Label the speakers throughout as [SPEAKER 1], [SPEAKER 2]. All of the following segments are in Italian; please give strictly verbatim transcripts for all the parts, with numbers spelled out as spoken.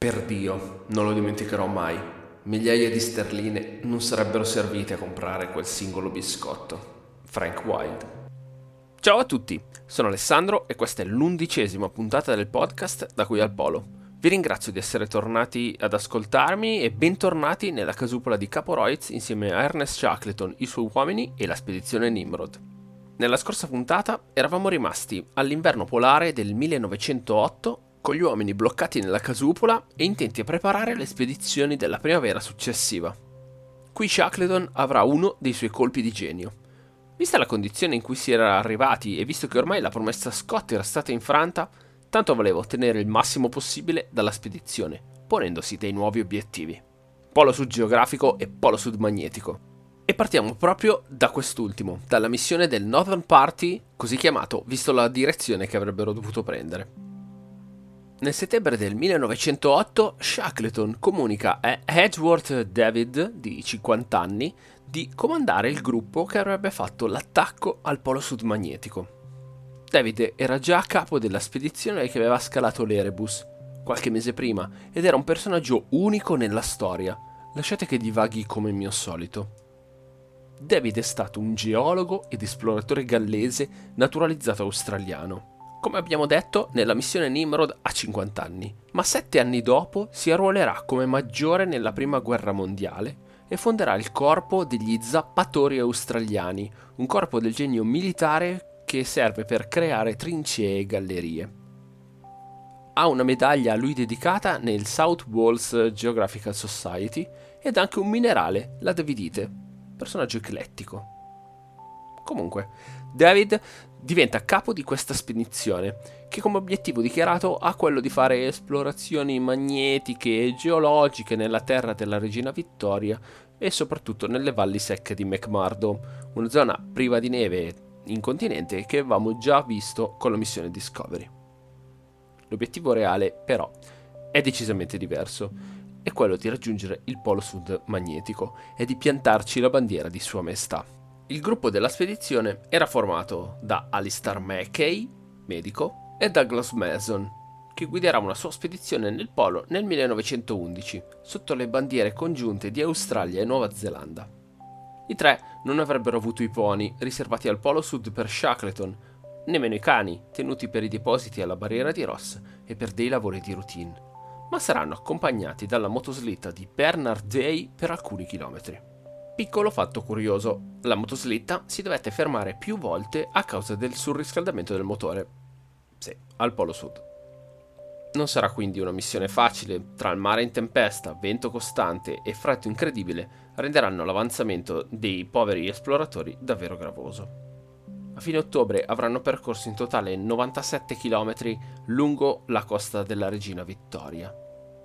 [SPEAKER 1] Per Dio, non lo dimenticherò mai. Migliaia di sterline non sarebbero servite a comprare quel singolo biscotto. Frank Wilde. Ciao a tutti, sono Alessandro e questa è l'undicesima puntata del podcast Da qui al Polo. Vi ringrazio di essere tornati ad ascoltarmi e bentornati nella casupola di Capo Royds insieme a Ernest Shackleton, i suoi uomini e la spedizione Nimrod. Nella scorsa puntata eravamo rimasti all'inverno polare del millenovecentootto con gli uomini bloccati nella casupola e intenti a preparare le spedizioni della primavera successiva. Qui Shackleton avrà uno dei suoi colpi di genio. Vista la condizione in cui si era arrivati e visto che ormai la promessa Scott era stata infranta, tanto voleva ottenere il massimo possibile dalla spedizione, ponendosi dei nuovi obiettivi: polo sud geografico e polo sud magnetico. E partiamo proprio da quest'ultimo, dalla missione del Northern Party, così chiamato, visto la direzione che avrebbero dovuto prendere. Nel settembre del millenovecentootto Shackleton comunica a Edgeworth David, di cinquanta anni, di comandare il gruppo che avrebbe fatto l'attacco al polo sud magnetico. David era già a capo della spedizione che aveva scalato l'Erebus qualche mese prima ed era un personaggio unico nella storia. Lasciate che divaghi come mio solito. David è stato un geologo ed esploratore gallese naturalizzato australiano. Come abbiamo detto, nella missione Nimrod ha cinquanta anni, ma sette anni dopo si arruolerà come maggiore nella prima guerra mondiale e fonderà il corpo degli zappatori australiani, un corpo del genio militare che serve per creare trincee e gallerie. Ha una medaglia a lui dedicata nel South Wales Geographical Society ed anche un minerale, la davidite, personaggio eclettico. Comunque, David diventa capo di questa spedizione, che come obiettivo dichiarato ha quello di fare esplorazioni magnetiche e geologiche nella terra della regina Vittoria e soprattutto nelle valli secche di McMurdo, una zona priva di neve in continente che avevamo già visto con la missione Discovery. L'obiettivo reale, però, è decisamente diverso. È quello di raggiungere il polo sud magnetico e di piantarci la bandiera di Sua Maestà. Il gruppo della spedizione era formato da Alistair Mackay, medico, e Douglas Mason, che guiderà una sua spedizione nel polo nel millenovecentoundici, sotto le bandiere congiunte di Australia e Nuova Zelanda. I tre non avrebbero avuto i poni riservati al polo sud per Shackleton, nemmeno i cani tenuti per i depositi alla barriera di Ross e per dei lavori di routine, ma saranno accompagnati dalla motoslitta di Bernard Day per alcuni chilometri. Piccolo fatto curioso, la motoslitta si dovette fermare più volte a causa del surriscaldamento del motore. Sì, al polo sud. Non sarà quindi una missione facile, tra il mare in tempesta, vento costante e freddo incredibile renderanno l'avanzamento dei poveri esploratori davvero gravoso. A fine ottobre avranno percorso in totale novantasette chilometri lungo la costa della regina Vittoria.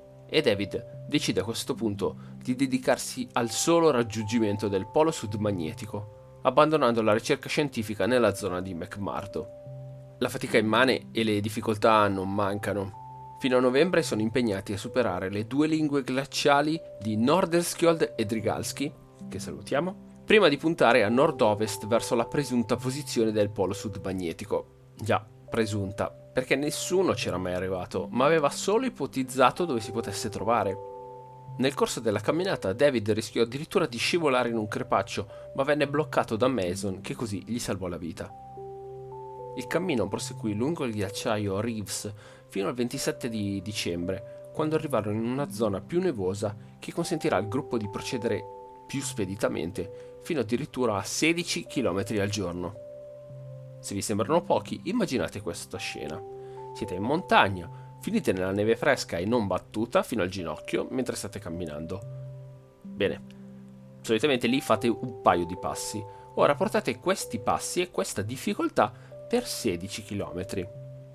[SPEAKER 1] E David decide a questo punto di dedicarsi al solo raggiungimento del polo sud magnetico, abbandonando la ricerca scientifica nella zona di McMurdo. La fatica immane e le difficoltà non mancano. Fino a novembre sono impegnati a superare le due lingue glaciali di Nordenskjold e Drygalski, che salutiamo, prima di puntare a nord-ovest verso la presunta posizione del polo sud magnetico. Già, presunta, perché nessuno c'era mai arrivato, ma aveva solo ipotizzato dove si potesse trovare. Nel corso della camminata David rischiò addirittura di scivolare in un crepaccio, ma venne bloccato da Mason, che così gli salvò la vita. Il cammino proseguì lungo il ghiacciaio Reeves fino al ventisette di dicembre, quando arrivarono in una zona più nevosa che consentirà al gruppo di procedere più speditamente, fino addirittura a sedici chilometri al giorno. Se vi sembrano pochi, immaginate questa scena. Siete in montagna, finite nella neve fresca e non battuta fino al ginocchio mentre state camminando. Bene, solitamente lì fate un paio di passi. Ora portate questi passi e questa difficoltà per sedici chilometri.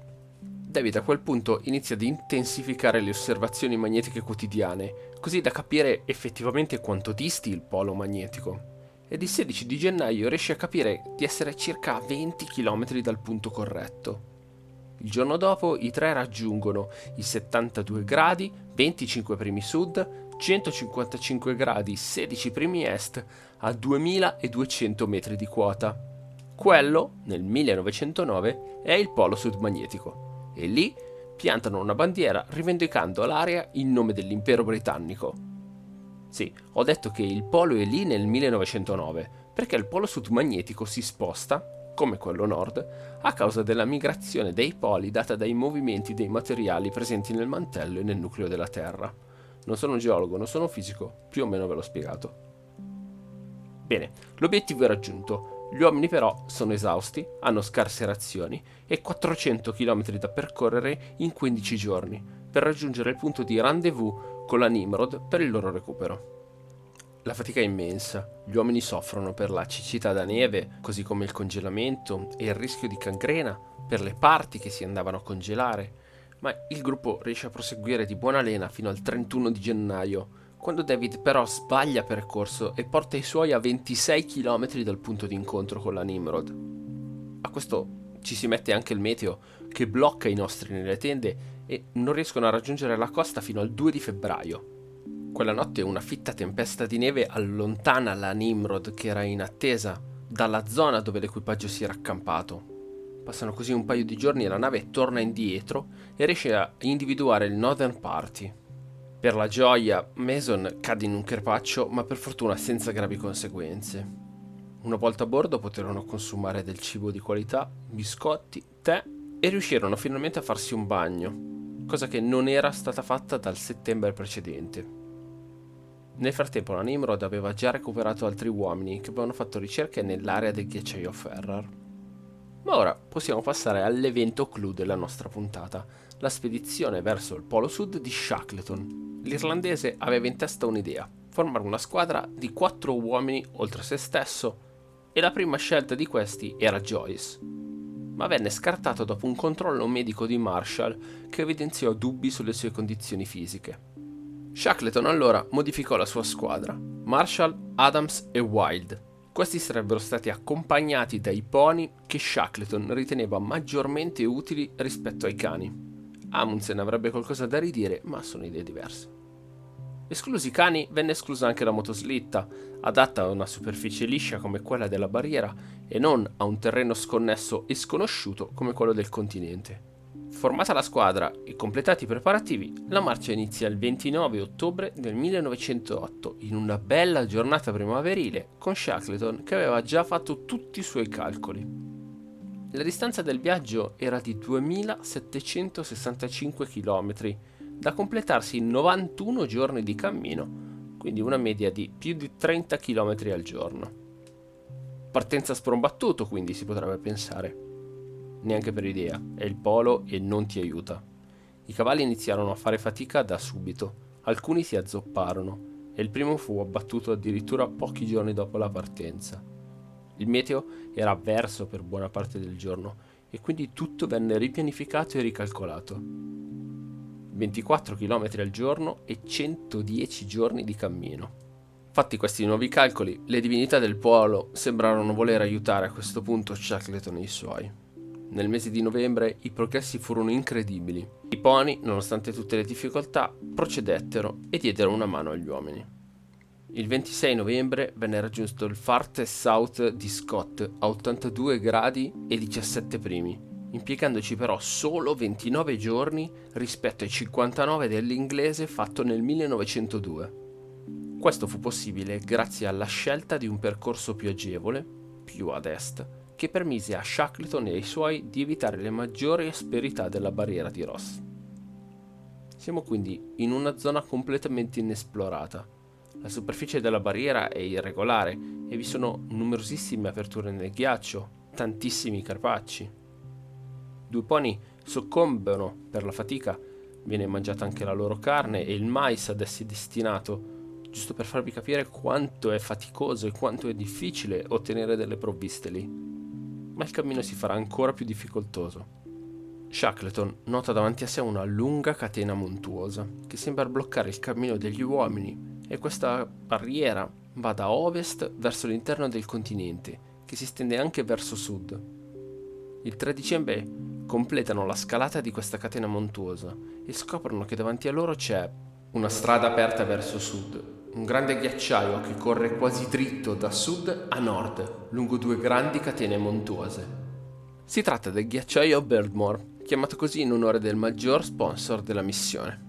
[SPEAKER 1] David a quel punto inizia ad intensificare le osservazioni magnetiche quotidiane, così da capire effettivamente quanto disti il polo magnetico. Ed il sedici di gennaio riesce a capire di essere circa a venti chilometri dal punto corretto. Il giorno dopo i tre raggiungono i settantadue gradi, venticinque primi sud, centocinquantacinque gradi, sedici primi est a duemiladuecento metri di quota. Quello, nel millenovecentonove, è il polo sud magnetico e lì piantano una bandiera rivendicando all'area il nome dell'impero britannico. Sì, ho detto che il polo è lì nel millenovecentonove, perché il polo sud magnetico si sposta, come quello nord, a causa della migrazione dei poli data dai movimenti dei materiali presenti nel mantello e nel nucleo della Terra. Non sono un geologo, non sono un fisico, più o meno ve l'ho spiegato. Bene, l'obiettivo è raggiunto. Gli uomini però sono esausti, hanno scarse razioni e quattrocento chilometri da percorrere in quindici giorni per raggiungere il punto di rendezvous con la Nimrod per il loro recupero. La fatica è immensa, gli uomini soffrono per la siccità da neve, così come il congelamento e il rischio di cancrena, per le parti che si andavano a congelare, ma il gruppo riesce a proseguire di buona lena fino al trentuno di gennaio, quando David però sbaglia percorso e porta i suoi a ventisei chilometri dal punto di incontro con la Nimrod. A questo ci si mette anche il meteo, che blocca i nostri nelle tende e non riescono a raggiungere la costa fino al due di febbraio. Quella notte una fitta tempesta di neve allontana la Nimrod, che era in attesa, dalla zona dove l'equipaggio si era accampato. Passano così un paio di giorni e la nave torna indietro e riesce a individuare il Northern Party. Per la gioia, Mason cade in un crepaccio, ma per fortuna senza gravi conseguenze. Una volta a bordo poterono consumare del cibo di qualità, biscotti, tè e riuscirono finalmente a farsi un bagno, cosa che non era stata fatta dal settembre precedente. Nel frattempo la Nimrod aveva già recuperato altri uomini che avevano fatto ricerche nell'area del ghiacciaio Ferrar. Ma ora possiamo passare all'evento clou della nostra puntata, la spedizione verso il polo sud di Shackleton. L'irlandese aveva in testa un'idea, formare una squadra di quattro uomini oltre se stesso, e la prima scelta di questi era Joyce, ma venne scartato dopo un controllo medico di Marshall che evidenziò dubbi sulle sue condizioni fisiche. Shackleton allora modificò la sua squadra, Marshall, Adams e Wild. Questi sarebbero stati accompagnati dai pony che Shackleton riteneva maggiormente utili rispetto ai cani. Amundsen avrebbe qualcosa da ridire, ma sono idee diverse. Esclusi i cani, venne esclusa anche la motoslitta, adatta a una superficie liscia come quella della barriera e non a un terreno sconnesso e sconosciuto come quello del continente. Formata la squadra e completati i preparativi, la marcia inizia il ventinove ottobre del millenovecentootto in una bella giornata primaverile con Shackleton che aveva già fatto tutti i suoi calcoli. La distanza del viaggio era di duemilasettecentosessantacinque chilometri, da completarsi in novantuno giorni di cammino, quindi una media di più di trenta chilometri al giorno. Partenza sprombattuto, quindi si potrebbe pensare. Neanche per idea, è il polo e non ti aiuta. I cavalli iniziarono a fare fatica da subito, alcuni si azzopparono e il primo fu abbattuto addirittura pochi giorni dopo la partenza. Il meteo era avverso per buona parte del giorno e quindi tutto venne ripianificato e ricalcolato. ventiquattro chilometri al giorno e centodieci giorni di cammino. Fatti questi nuovi calcoli, le divinità del polo sembrarono voler aiutare a questo punto Shackleton e i suoi. Nel mese di novembre i progressi furono incredibili. I pony, nonostante tutte le difficoltà, procedettero e diedero una mano agli uomini. Il ventisei novembre venne raggiunto il Farthest South di Scott a ottantadue gradi e diciassette primi, impiegandoci però solo ventinove giorni rispetto ai cinquantanove dell'inglese fatto nel millenovecentodue. Questo fu possibile grazie alla scelta di un percorso più agevole, più ad est, che permise a Shackleton e ai suoi di evitare le maggiori asperità della barriera di Ross. Siamo quindi in una zona completamente inesplorata. La superficie della barriera è irregolare e vi sono numerosissime aperture nel ghiaccio, tantissimi crepacci. Due pony soccombono per la fatica, viene mangiata anche la loro carne e il mais ad essi destinato, giusto per farvi capire quanto è faticoso e quanto è difficile ottenere delle provviste lì. Ma il cammino si farà ancora più difficoltoso. Shackleton nota davanti a sé una lunga catena montuosa che sembra bloccare il cammino degli uomini e questa barriera va da ovest verso l'interno del continente che si stende anche verso sud. Il tre dicembre completano la scalata di questa catena montuosa e scoprono che davanti a loro c'è una strada aperta verso sud, un grande ghiacciaio che corre quasi dritto da sud a nord lungo due grandi catene montuose. Si tratta del ghiacciaio Beardmore, chiamato così in onore del maggior sponsor della missione.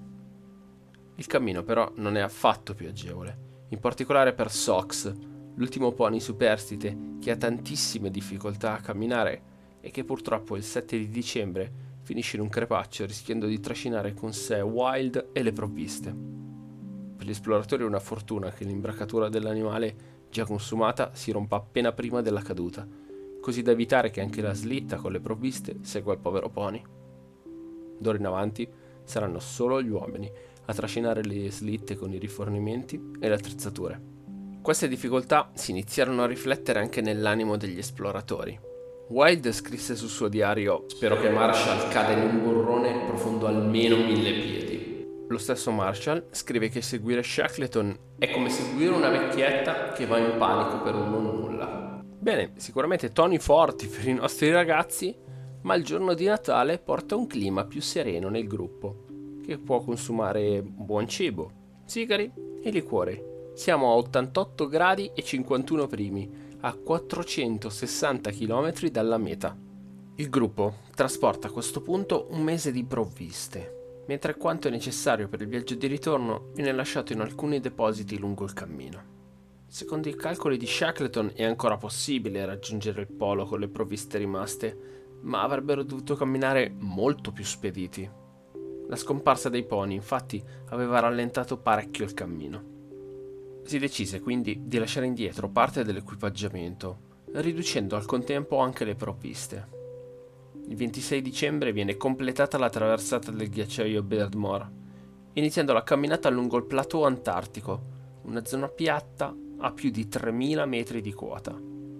[SPEAKER 1] Il cammino però non è affatto più agevole, in particolare per Sox, l'ultimo pony superstite che ha tantissime difficoltà a camminare e che purtroppo il sette di dicembre finisce in un crepaccio rischiando di trascinare con sé Wild e le provviste. Per gli esploratori è una fortuna che l'imbracatura dell'animale già consumata si rompa appena prima della caduta, così da evitare che anche la slitta con le provviste segua il povero pony. D'ora in avanti saranno solo gli uomini a trascinare le slitte con i rifornimenti e le attrezzature. Queste difficoltà si iniziarono a riflettere anche nell'animo degli esploratori. Wild scrisse sul suo diario: «Spero che Marshall cada in un burrone profondo almeno mille piedi». Lo stesso Marshall scrive che seguire Shackleton è come seguire una vecchietta che va in panico per un non nulla. Bene, sicuramente toni forti per i nostri ragazzi, ma il giorno di Natale porta un clima più sereno nel gruppo, che può consumare buon cibo, sigari e liquori. Siamo a ottantotto gradi e cinquantuno primi, a quattrocentosessanta chilometri dalla meta. Il gruppo trasporta a questo punto un mese di provviste, mentre quanto è necessario per il viaggio di ritorno viene lasciato in alcuni depositi lungo il cammino. Secondo i calcoli di Shackleton è ancora possibile raggiungere il polo con le provviste rimaste, ma avrebbero dovuto camminare molto più spediti. La scomparsa dei pony, infatti, aveva rallentato parecchio il cammino. Si decise quindi di lasciare indietro parte dell'equipaggiamento, riducendo al contempo anche le provviste. Il ventisei dicembre viene completata la traversata del ghiacciaio Beardmore, iniziando la camminata lungo il plateau antartico, una zona piatta a più di tremila metri di quota.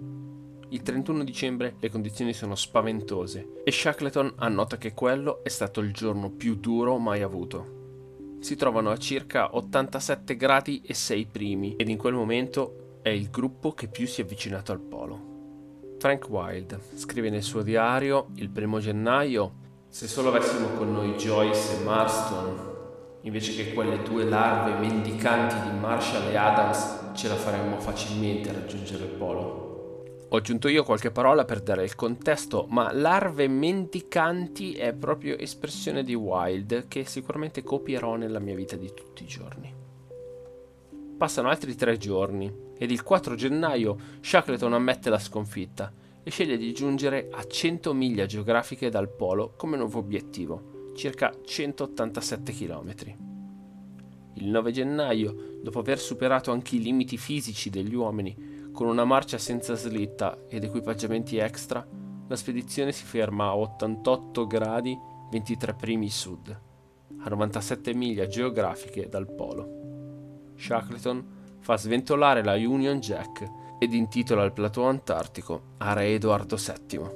[SPEAKER 1] Il trentuno dicembre le condizioni sono spaventose e Shackleton annota che quello è stato il giorno più duro mai avuto. Si trovano a circa ottantasette gradi e sei primi ed in quel momento è il gruppo che più si è avvicinato al polo. Frank Wild scrive nel suo diario il primo gennaio: «Se solo avessimo con noi Joyce e Marston, invece che quelle due larve mendicanti di Marshall e Adams, ce la faremmo facilmente a raggiungere il polo». Ho aggiunto io qualche parola per dare il contesto, ma larve mendicanti è proprio espressione di Wild che sicuramente copierò nella mia vita di tutti i giorni. Passano altri tre giorni ed il quattro gennaio Shackleton ammette la sconfitta e sceglie di giungere a cento miglia geografiche dal polo come nuovo obiettivo, circa centottantasette chilometri. Il nove gennaio, dopo aver superato anche i limiti fisici degli uomini, con una marcia senza slitta ed equipaggiamenti extra, la spedizione si ferma a ottantotto gradi ventitré primi sud, a novantasette miglia geografiche dal polo. Shackleton fa sventolare la Union Jack ed intitola il plateau antartico a Re Edoardo settimo.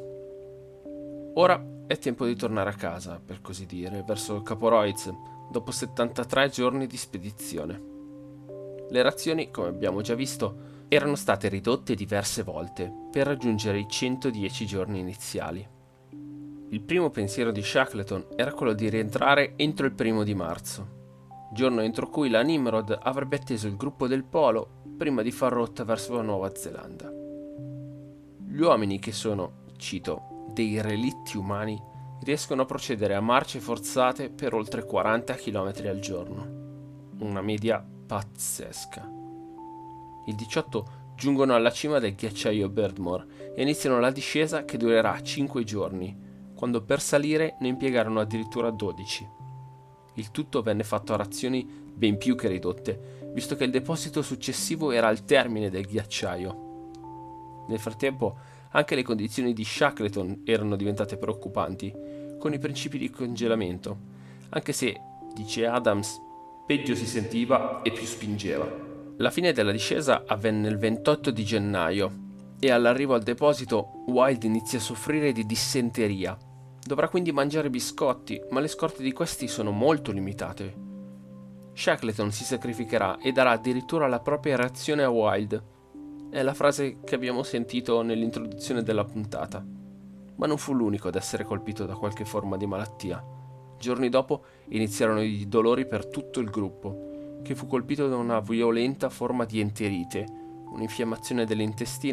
[SPEAKER 1] Ora è tempo di tornare a casa, per così dire, verso Capo Royds, dopo settantatré giorni di spedizione. Le razioni, come abbiamo già visto, erano state ridotte diverse volte per raggiungere i centodieci giorni iniziali. Il primo pensiero di Shackleton era quello di rientrare entro il primo di marzo, giorno entro cui la Nimrod avrebbe atteso il gruppo del polo prima di far rotta verso la Nuova Zelanda. Gli uomini, che sono, cito, dei relitti umani, riescono a procedere a marce forzate per oltre quaranta chilometri al giorno, una media pazzesca. Il diciotto giungono alla cima del ghiacciaio Beardmore e iniziano la discesa che durerà cinque giorni, quando per salire ne impiegarono addirittura dodici. Il tutto venne fatto a razioni ben più che ridotte, visto che il deposito successivo era al termine del ghiacciaio. Nel frattempo anche le condizioni di Shackleton erano diventate preoccupanti, con i principi di congelamento, anche se, dice Adams, peggio si sentiva e più spingeva. La fine della discesa avvenne il ventotto di gennaio e all'arrivo al deposito Wild inizia a soffrire di dissenteria. Dovrà quindi mangiare biscotti, ma le scorte di questi sono molto limitate. Shackleton si sacrificherà e darà addirittura la propria reazione a Wild. È la frase che abbiamo sentito nell'introduzione della puntata. Ma non fu l'unico ad essere colpito da qualche forma di malattia. Giorni dopo iniziarono i dolori per tutto il gruppo, che fu colpito da una violenta forma di enterite, un'infiammazione dell'intestino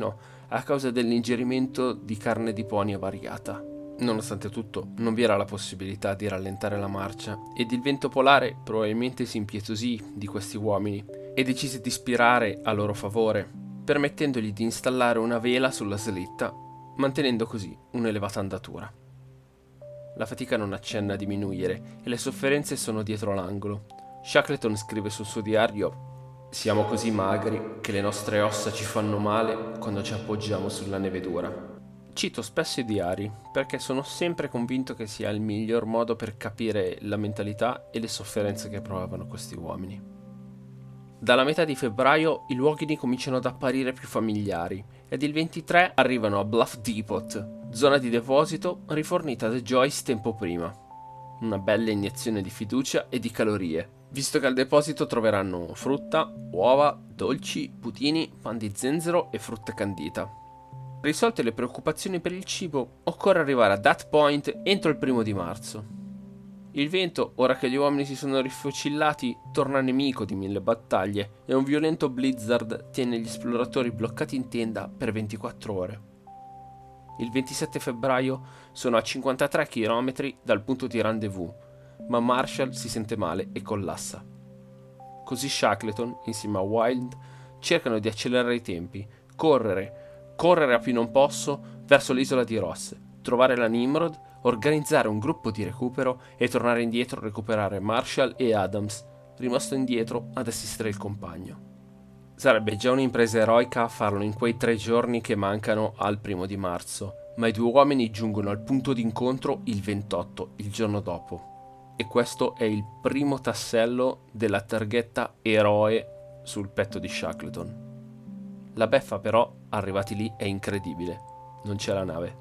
[SPEAKER 1] a causa dell'ingerimento di carne di pony variata. Nonostante tutto, non vi era la possibilità di rallentare la marcia ed il vento polare probabilmente si impietosì di questi uomini e decise di spirare a loro favore, permettendogli di installare una vela sulla slitta, mantenendo così un'elevata andatura. La fatica non accenna a diminuire e le sofferenze sono dietro l'angolo. Shackleton scrive sul suo diario: «Siamo così magri che le nostre ossa ci fanno male quando ci appoggiamo sulla neve dura». Cito spesso i diari perché sono sempre convinto che sia il miglior modo per capire la mentalità e le sofferenze che provavano questi uomini. Dalla metà di febbraio i luoghi cominciano ad apparire più familiari ed il ventitré arrivano a Bluff Depot, zona di deposito rifornita da Joyce tempo prima. Una bella iniezione di fiducia e di calorie, visto che al deposito troveranno frutta, uova, dolci, putini, pan di zenzero e frutta candita. Risolte le preoccupazioni per il cibo, occorre arrivare a That Point entro il primo di marzo. Il vento, ora che gli uomini si sono rifocillati, torna nemico di mille battaglie e un violento blizzard tiene gli esploratori bloccati in tenda per ventiquattro ore. Il ventisette febbraio sono a cinquantatré chilometri dal punto di rendezvous, ma Marshall si sente male e collassa. Così Shackleton, insieme a Wild, cercano di accelerare i tempi, correre, correre a più non posso verso l'isola di Ross, trovare la Nimrod, organizzare un gruppo di recupero e tornare indietro a recuperare Marshall e Adams, rimasto indietro ad assistere il compagno. Sarebbe già un'impresa eroica farlo in quei tre giorni che mancano al primo di marzo, ma i due uomini giungono al punto d'incontro il ventotto, il giorno dopo. E questo è il primo tassello della targhetta eroe sul petto di Shackleton. La beffa però, arrivati lì, è incredibile. Non c'è la nave.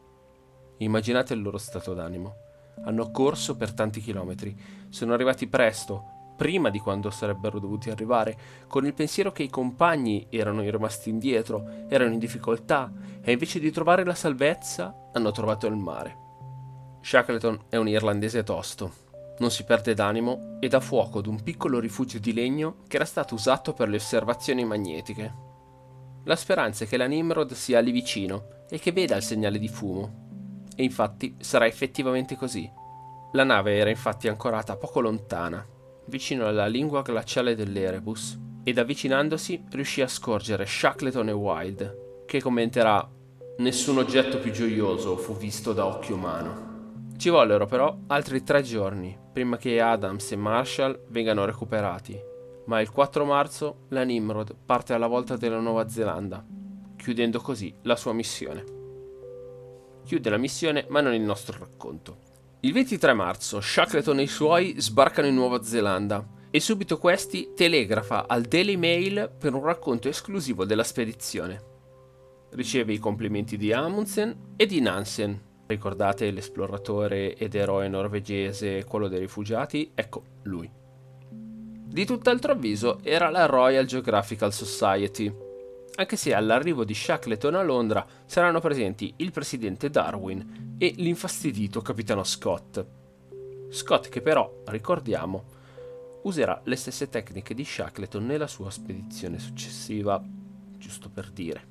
[SPEAKER 1] Immaginate il loro stato d'animo. Hanno corso per tanti chilometri, sono arrivati presto, prima di quando sarebbero dovuti arrivare, con il pensiero che i compagni erano rimasti indietro, erano in difficoltà, e invece di trovare la salvezza, hanno trovato il mare. Shackleton è un irlandese tosto, non si perde d'animo e dà fuoco ad un piccolo rifugio di legno che era stato usato per le osservazioni magnetiche. La speranza è che la Nimrod sia lì vicino e che veda il segnale di fumo. E infatti sarà effettivamente così. La nave era infatti ancorata poco lontana, vicino alla lingua glaciale dell'Erebus, ed avvicinandosi riuscì a scorgere Shackleton e Wild, che commenterà: «Nessun oggetto più gioioso fu visto da occhio umano». Ci vollero però altri tre giorni prima che Adams e Marshall vengano recuperati, ma il quattro marzo la Nimrod parte alla volta della Nuova Zelanda, chiudendo così la sua missione. Chiude la missione, ma non il nostro racconto. Il ventitré marzo Shackleton e i suoi sbarcano in Nuova Zelanda e subito questi telegrafa al Daily Mail per un racconto esclusivo della spedizione. Riceve i complimenti di Amundsen e di Nansen. Ricordate l'esploratore ed eroe norvegese, quello dei rifugiati? Ecco, lui. Di tutt'altro avviso era la Royal Geographical Society, anche se all'arrivo di Shackleton a Londra saranno presenti il presidente Darwin e l'infastidito capitano Scott. Scott che però, ricordiamo, userà le stesse tecniche di Shackleton nella sua spedizione successiva, giusto per dire.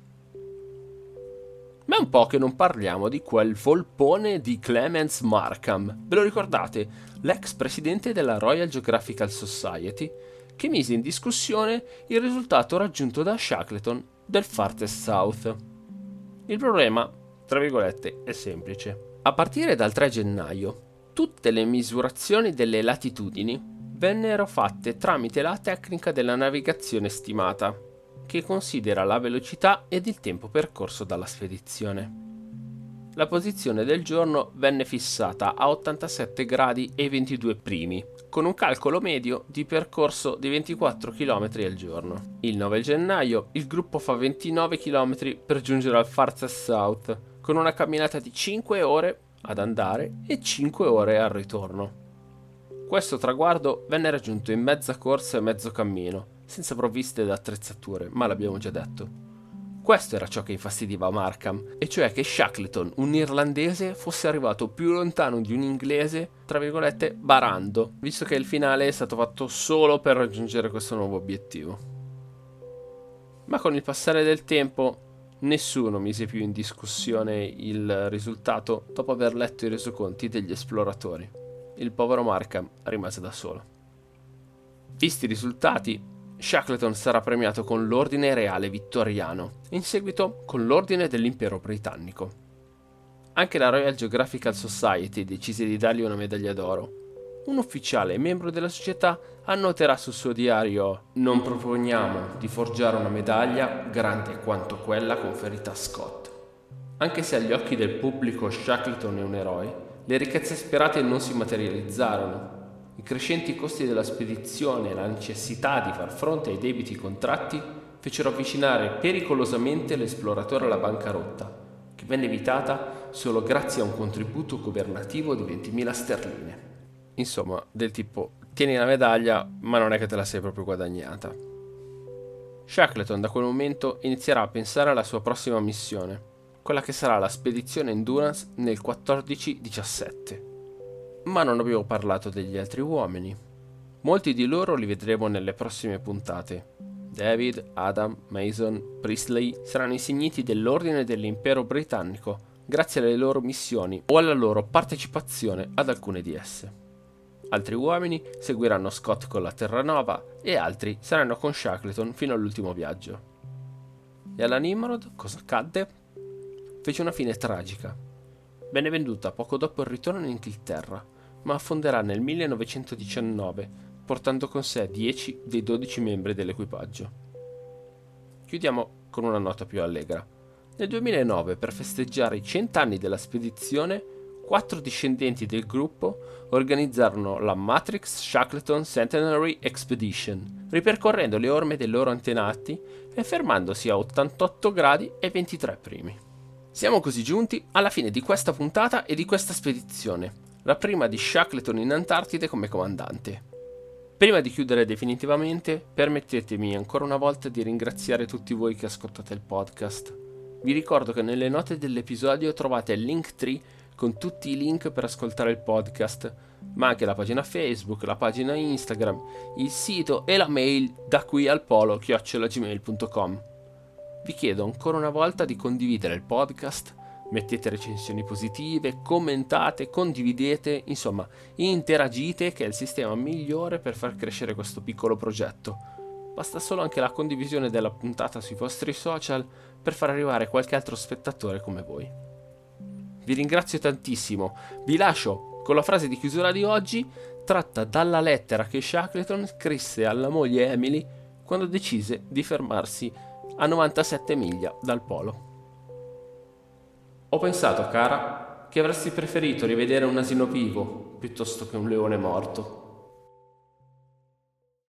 [SPEAKER 1] Ma è un po' che non parliamo di quel volpone di Clements Markham, ve lo ricordate? L'ex presidente della Royal Geographical Society, che mise in discussione il risultato raggiunto da Shackleton del Farthest South. Il problema, tra virgolette, è semplice. A partire dal tre gennaio, tutte le misurazioni delle latitudini vennero fatte tramite la tecnica della navigazione stimata, che considera la velocità ed il tempo percorso dalla spedizione. La posizione del giorno venne fissata a ottantasette gradi e ventidue primi, con un calcolo medio di percorso di ventiquattro chilometri al giorno. Il nove gennaio il gruppo fa ventinove chilometri per giungere al Farthest South, con una camminata di cinque ore ad andare e cinque ore al ritorno. Questo traguardo venne raggiunto in mezza corsa e mezzo cammino, senza provviste ed attrezzature, ma l'abbiamo già detto. Questo era ciò che infastidiva Markham, e cioè che Shackleton, un irlandese, fosse arrivato più lontano di un inglese, tra virgolette, barando, visto che il finale è stato fatto solo per raggiungere questo nuovo obiettivo. Ma con il passare del tempo, Nessuno mise più in discussione il risultato dopo aver letto i resoconti degli esploratori. Il povero Markham rimase da solo. Visti i risultati, Shackleton sarà premiato con l'Ordine Reale Vittoriano e in seguito con l'Ordine dell'Impero Britannico. Anche la Royal Geographical Society decise di dargli una medaglia d'oro. Un ufficiale e membro della società annoterà sul suo diario: «Non proponiamo di forgiare una medaglia grande quanto quella conferita a Scott». Anche se agli occhi del pubblico Shackleton è un eroe, le ricchezze sperate non si materializzarono. I crescenti costi della spedizione e la necessità di far fronte ai debiti contratti fecero avvicinare pericolosamente l'esploratore alla bancarotta, che venne evitata solo grazie a un contributo governativo di ventimila sterline. Insomma, del tipo: tieni la medaglia, ma non è che te la sei proprio guadagnata. Shackleton da quel momento inizierà a pensare alla sua prossima missione, quella che sarà la spedizione Endurance nel quattordici diciassette. Ma non abbiamo parlato degli altri uomini. Molti di loro li vedremo nelle prossime puntate. David, Adam, Mason, Priestley saranno insigniti dell'Ordine dell'Impero Britannico grazie alle loro missioni o alla loro partecipazione ad alcune di esse. Altri uomini seguiranno Scott con la Terranova e altri saranno con Shackleton fino all'ultimo viaggio. E alla Nimrod cosa accadde? Fece una fine tragica. Venne venduta poco dopo il ritorno in Inghilterra, ma affonderà nel millenovecentodiciannove, portando con sé dieci dei dodici membri dell'equipaggio. Chiudiamo con una nota più allegra. Nel duemilanove, per festeggiare i cent'anni della spedizione, quattro discendenti del gruppo organizzarono la Matrix Shackleton Centenary Expedition, ripercorrendo le orme dei loro antenati e fermandosi a ottantotto gradi e ventitré primi. Siamo così giunti alla fine di questa puntata e di questa spedizione, la prima di Shackleton in Antartide come comandante. Prima di chiudere definitivamente, permettetemi ancora una volta di ringraziare tutti voi che ascoltate il podcast. Vi ricordo che nelle note dell'episodio trovate il Linktree con tutti i link per ascoltare il podcast, ma anche la pagina Facebook, la pagina Instagram, il sito e la mail da qui al polo chiocciola gmail punto com. Vi chiedo ancora una volta di condividere il podcast, mettete recensioni positive, commentate, condividete, insomma, interagite, che è il sistema migliore per far crescere questo piccolo progetto. Basta solo anche la condivisione della puntata sui vostri social per far arrivare qualche altro spettatore come voi. Vi ringrazio tantissimo, vi lascio con la frase di chiusura di oggi, tratta dalla lettera che Shackleton scrisse alla moglie Emily quando decise di fermarsi a novantasette miglia dal polo. Ho pensato, cara, che avresti preferito rivedere un asino vivo piuttosto che un leone morto.